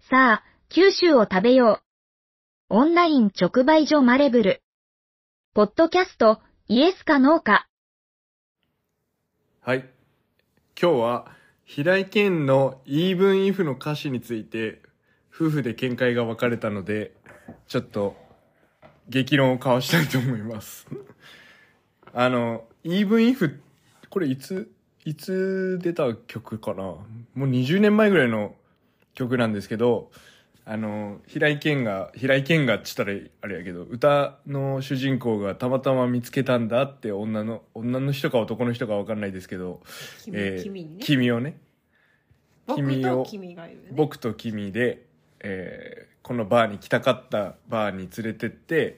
さあ、九州を食べよう。オンライン直売所マレブル。ポッドキャスト、イエスかノーか。 はい。今日は平井堅の Even if の歌詞について夫婦で見解が分かれたので、ちょっと激論を交わしたいと思います。Even if これいつ出た曲かな。もう20年前ぐらいの曲なんですけど、平井堅がっつったらあれやけど、歌の主人公がたまたま見つけたんだって女の人か男の人か分かんないですけど、君をね、僕と君で、このバーに来たかったバーに連れてって、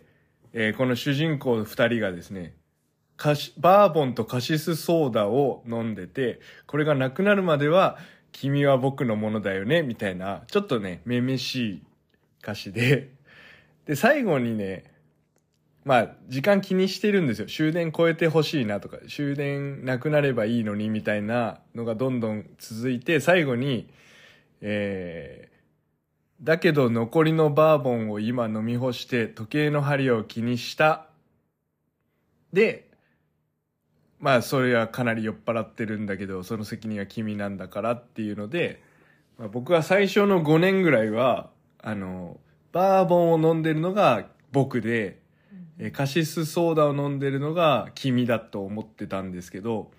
この主人公2人がですね、バーボンとカシスソーダを飲んでて、これがなくなるまでは君は僕のものだよねみたいな、ちょっとねめめしい歌詞で、最後にね、時間気にしてるんですよ。終電超えてほしいなとか、終電なくなればいいのにみたいなのがどんどん続いて、最後にだけど残りのバーボンを今飲み干して時計の針を気にしたで、それはかなり酔っ払ってるんだけど、その責任は君なんだからっていうので、僕は最初の5年ぐらいはバーボンを飲んでるのが僕で、カシスソーダを飲んでるのが君だと思ってたんですけど、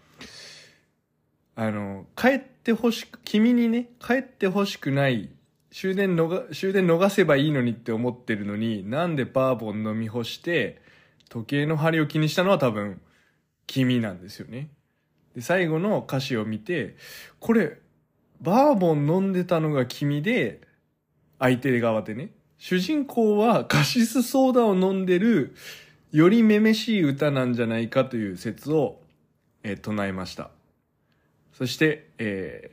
君にね帰ってほしくない、終電逃せばいいのにって思ってるのに、なんでバーボン飲み干して時計の針を気にしたのは多分君なんですよね。で最後の歌詞を見て、これバーボン飲んでたのが君で、相手側でね、主人公はカシスソーダを飲んでるよりめめしい歌なんじゃないかという説を、唱えました。そして、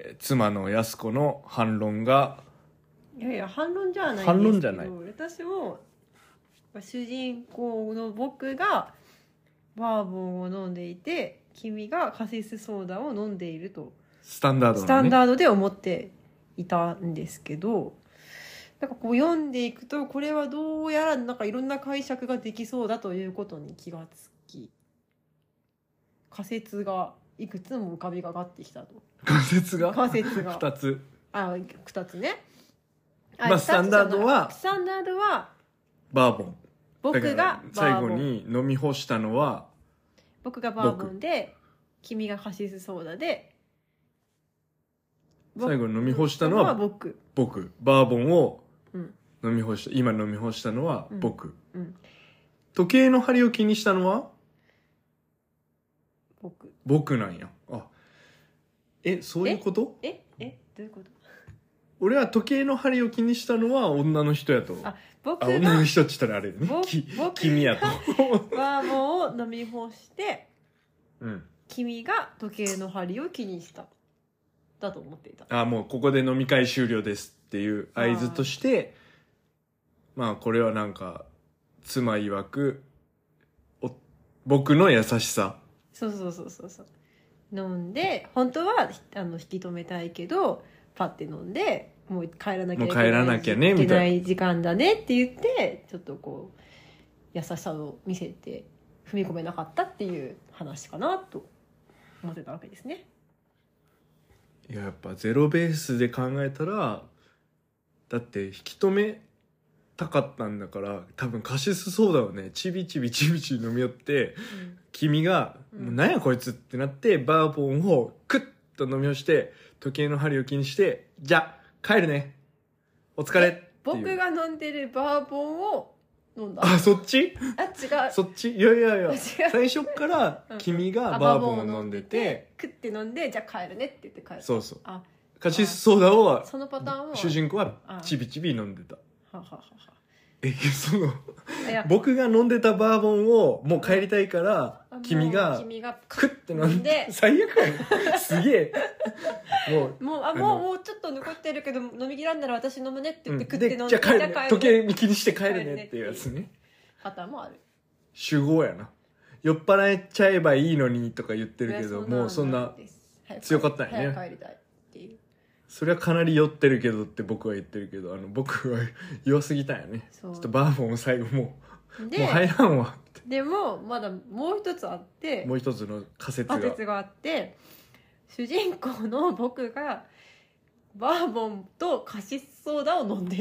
妻の安子の反論が、 いや反論じゃないんですけど、 反論じゃない。 私も主人公の僕がバーボンを飲んでいて、君がカシスソーダを飲んでいるとスタンダードで思っていたんですけど、なんかこう読んでいくと、これはどうやらなんかいろんな解釈ができそうだということに気がつき、仮説がいくつも浮かび上がってきたと。 仮説が 2 つ 2つね。 スタンダードはバーボン、 僕が最後に飲み干したのは僕がバーボンで、君がカシスソーダで、 最後に飲み干したのは僕、バーボンを飲み干した、今飲み干したのは僕、時計の針を気にしたのは僕なんや。そういうこと？ どういうこと？ 俺は時計の針を気にしたのは女の人やと。女の人って言ったらあれね。君やと。 バーボンを飲み干して、君が時計の針を気にしただと思っていた。 もうここで飲み会終了ですっていう合図として、これはなんか妻曰く僕の優しさ。 そう飲んで、本当は引き止めたいけどパッて飲んで、もう帰らなきゃいけない時間だねって言って、ちょっとこう優しさを見せて踏み込めなかったっていう話かなと思ってたわけですね。 やっぱゼロベースで考えたら、だって引き止めたかったんだから、多分カシスソーダをねちびちび飲み寄って、君が、もう何やこいつってなってバーボンをクッと飲み干して時計の針を気にして、じゃあ帰るね、お疲れっていう。 僕が飲んでるバーボンを飲んだ。 そっち？ 違う。 そっち？いや最初から君がバーボンを飲んでて、 クッて飲んで、じゃあ帰るねって言って帰る。 そうカシスソーダをそのパターンを主人公はちびちび飲んでた。 いや僕が飲んでたバーボンをもう帰りたいから、君がクッて飲んで、最悪やん。すげえ。 もうちょっと残ってるけど飲み切らんなら私飲むねって言ってクッて飲んで、 じゃあ帰るね、時計に気にして帰るねっていうやつね。 パターンもある。 主語やな。酔っ払っちゃえばいいのにとか言ってるけど、もうそんな強かったんやね。 早く帰りたいっていう。 それはかなり酔ってるけどって僕は言ってるけど、僕は弱すぎたんよね。ちそうょっとバーボンを最後もうで入らんわって。 でもまだもう一つあってもう一つの仮説が。 あって主人公の僕がバーボンとカシスソーダを飲んでいる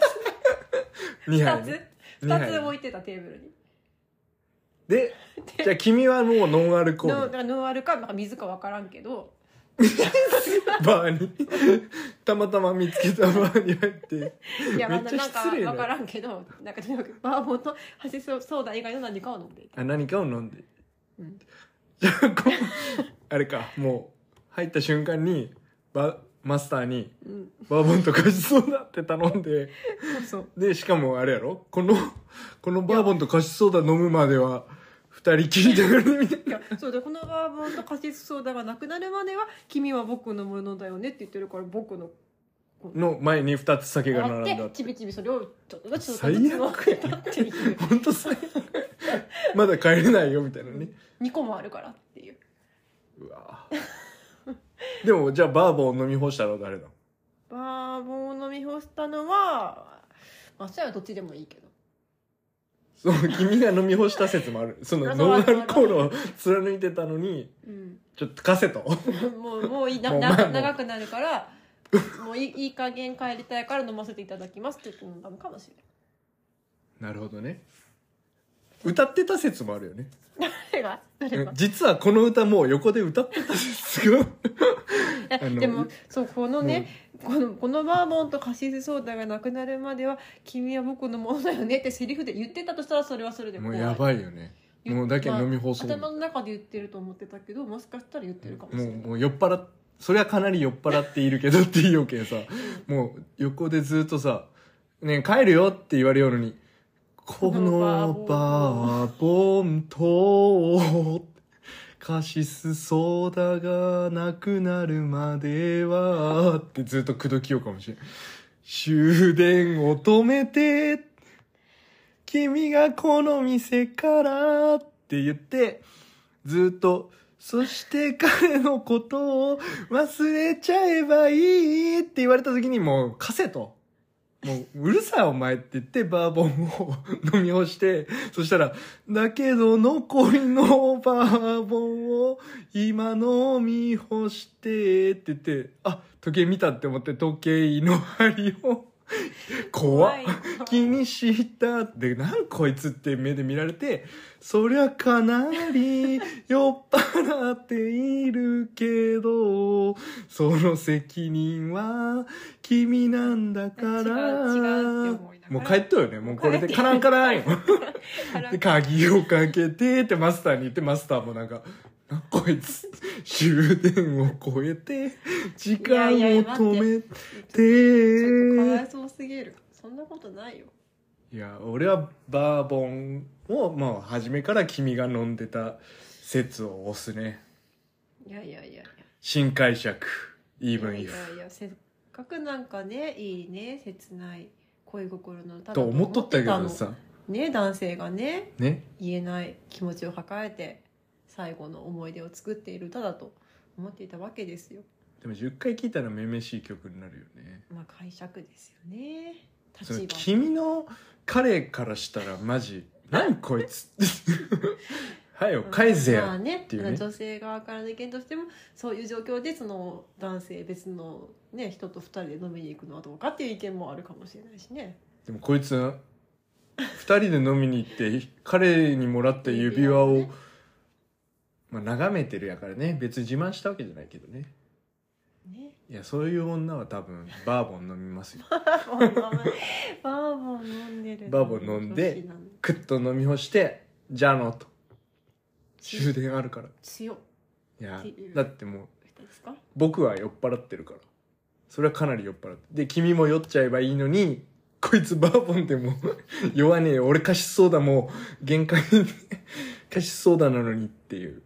2杯、 2 ね、 つ2つ置いてたテーブルにでじゃあ君はもうノンアルコールノンアルか水か分からんけどバーにたまたま見つけたバーに入っていやめっちゃなんか失礼だ分からんけどなんかとにかくバーボンとカシスソーダ以外の何かを飲んでいた。 何かを飲んで、 うんじゃああれかもう入った瞬間にマスターにうんバーボンとカシスソーダって頼んでそうでしかもあれやろこのバーボンとカシスソーダ飲むまでは2人きりだよねみたいいやそうでこのバーボンとカシスソーダがなくなるまでは君は僕のものだよねって言ってるから僕のの前に2つ酒があっ並んだっててちびちびそれをちょっとずつ最悪飲んだっていう本当最悪まだ帰れないよみたいなね 2個もあるからっていう。 うわでもじゃあバーボンを飲み干したのは誰だ。 バーボンを飲み干したのはまあそれはどっちでもいいけどそう君が飲み干した説もあるそのノンアルコールを貫いてたのにうんちょっと貸せともういいなもうまあ長くなるからもういい加減帰りたいから飲ませていただきますって言って飲んだのかもしれなるほどね。歌ってた説もあるよね。 誰が実はこの歌もう横で歌ってた説がいやでもそうこのね、このバーボンとカシスソーダがなくなるまでは君は僕のものだよねってセリフで言ってたとしたらそれはそれで怖い。 もうやばいよね。もうだけ飲み干そう、 頭の中で言ってると思ってたけどもしかしたら言ってるかもしれない。 もう酔っ払っそれはかなり酔っ払っているけどって言いよけんさもう横でずっとさ「ねえ帰るよ」って言われようのに「このバーボンとカシスソーダがなくなるまでは」ってずっと口説きようかもしれん。終電を止めて君がこの店からって言ってずっとそして彼のことを忘れちゃえばいいって言われた時にもう貸せと。もううるさいお前って言ってバーボンを飲み干して、そしたら、だけど残りのバーボンを今飲み干してって言って、あ、時計見たって思って時計の針を怖っ気にしたってなんこいつって目で見られてそりゃかなり酔っ払っているけどその責任は君なんだから違うって思いながらもう帰っとよねもうこれでカランカランよで鍵をかけてってマスターに言ってマスターもなんかこいつ終電を超えて時間を止めてちょっとかわいそうすぎる。そんなことないよ。 いや俺はバーボンをもう初めから君が飲んでた説を押すね。 いや新解釈 even if いやせっかくなんかねいいね切ない恋心の歌だと思っとったけどさね男性がねね言えない気持ちを抱えて最後の思い出を作っている歌だと思っていたわけですよ。 でも10回聴いたらめめしい曲になるよね。 まあ解釈ですよね。 その立場君の彼からしたらマジ何こいつはよ返せやまあねっていうね女性側からの意見としてもそういう状況でその男性別の、ね、人と2人で飲みに行くのはどうかっていう意見もあるかもしれないしね。 でもこいつ2人で飲みに行って彼にもらった指輪を、 ねまあ、眺めてるやからね別に自慢したわけじゃないけどね。いやそういう女は多分バーボン飲みますよバーボン飲んでるバーボン飲んでクッと飲み干してじゃあのと終電あるから強っいやっていうだってもう人ですか。 僕は酔っ払ってるからそれはかなり酔っ払ってで君も酔っちゃえばいいのにこいつバーボンでも酔わねえよ俺カシスソーダもう限界カシスソーダなのにっていう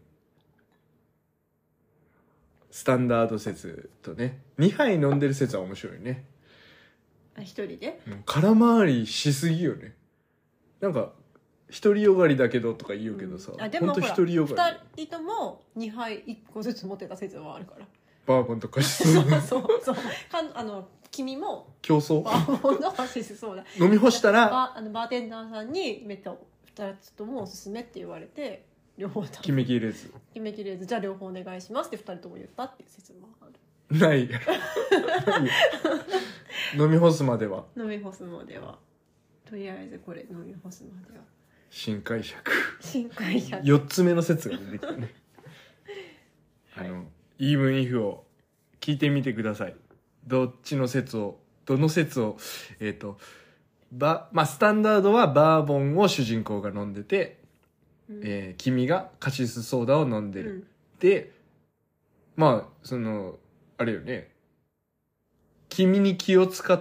スタンダード説とね2杯飲んでる説は面白いね。 一人で空回りしすぎよね。なんか独りよがりだけどとか言うけどさ、 あでもほらほんと独りよがり 2人とも2杯1個ずつ持ってた説はあるからバーボンとかしそうなそう君も競争バーボンのカシスソーダ飲み干したらバーテンダーさんにめっちゃ2つともおすすめって言われて両方決めきれずじゃあ両方お願いしますって2人とも言ったっていう説もある。 ない飲み干すまではとりあえずこれ飲み干すまでは新解釈4つ目の説が出てきたねイーブンイフを聞いてみてください。どの説をスタンダードはバーボンを主人公が飲んでて、君がカシスソーダを飲んでる、であれよね、君に気を使って、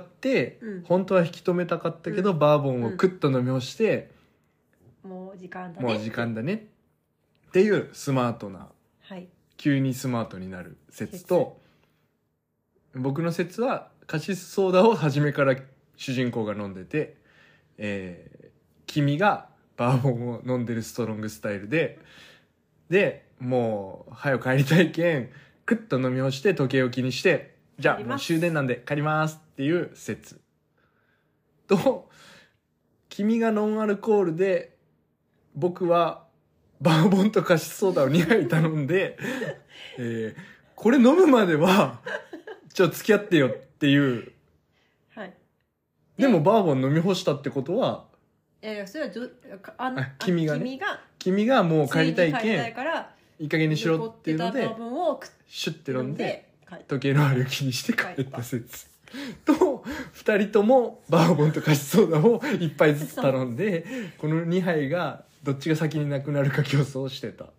本当は引き止めたかったけど、バーボンをクッと飲み干して、 もう時間だねっていうスマートな、急にスマートになる説と、僕の説はカシスソーダを初めから主人公が飲んでて、君がバーボンを飲んでるストロングスタイルでもう早く帰りたいけんクッと飲み干して時計を気にして、じゃあもう終電なんで帰りますっていう説と、君がノンアルコールで僕はバーボンとカシスソーダを2杯頼んで、これ飲むまでは付き合ってよっていう、でもバーボン飲み干したってことは、 それは君がもう帰りたいけんいい加減にしろっていうのでシュッて飲んで時計の針を気にして帰った説と、2人ともバーボンとカシスソーダを1杯ずつ頼んでこの2杯がどっちが先になくなるか競争をしてた。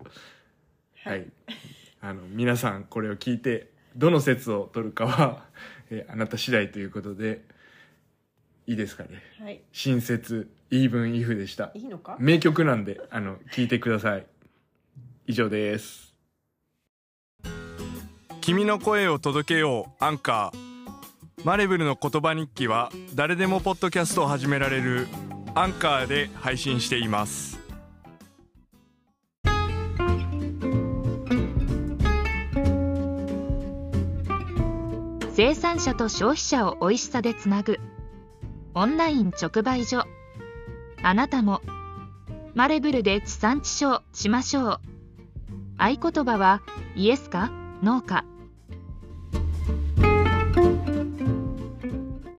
皆さんこれを聞いてどの説を取るかは、あなた次第ということでいいですかね。新説イーブンイフでした。 いいのか？ 名曲なんで聞いてください。以上です。君の声を届けようアンカー。マレブルの言葉日記は誰でもポッドキャストを始められるアンカーで配信しています。 生産者と消費者を美味しさでつなぐオンライン直売所。あなたもマレブルで地産地消しましょう。合言葉はイエスかノーか。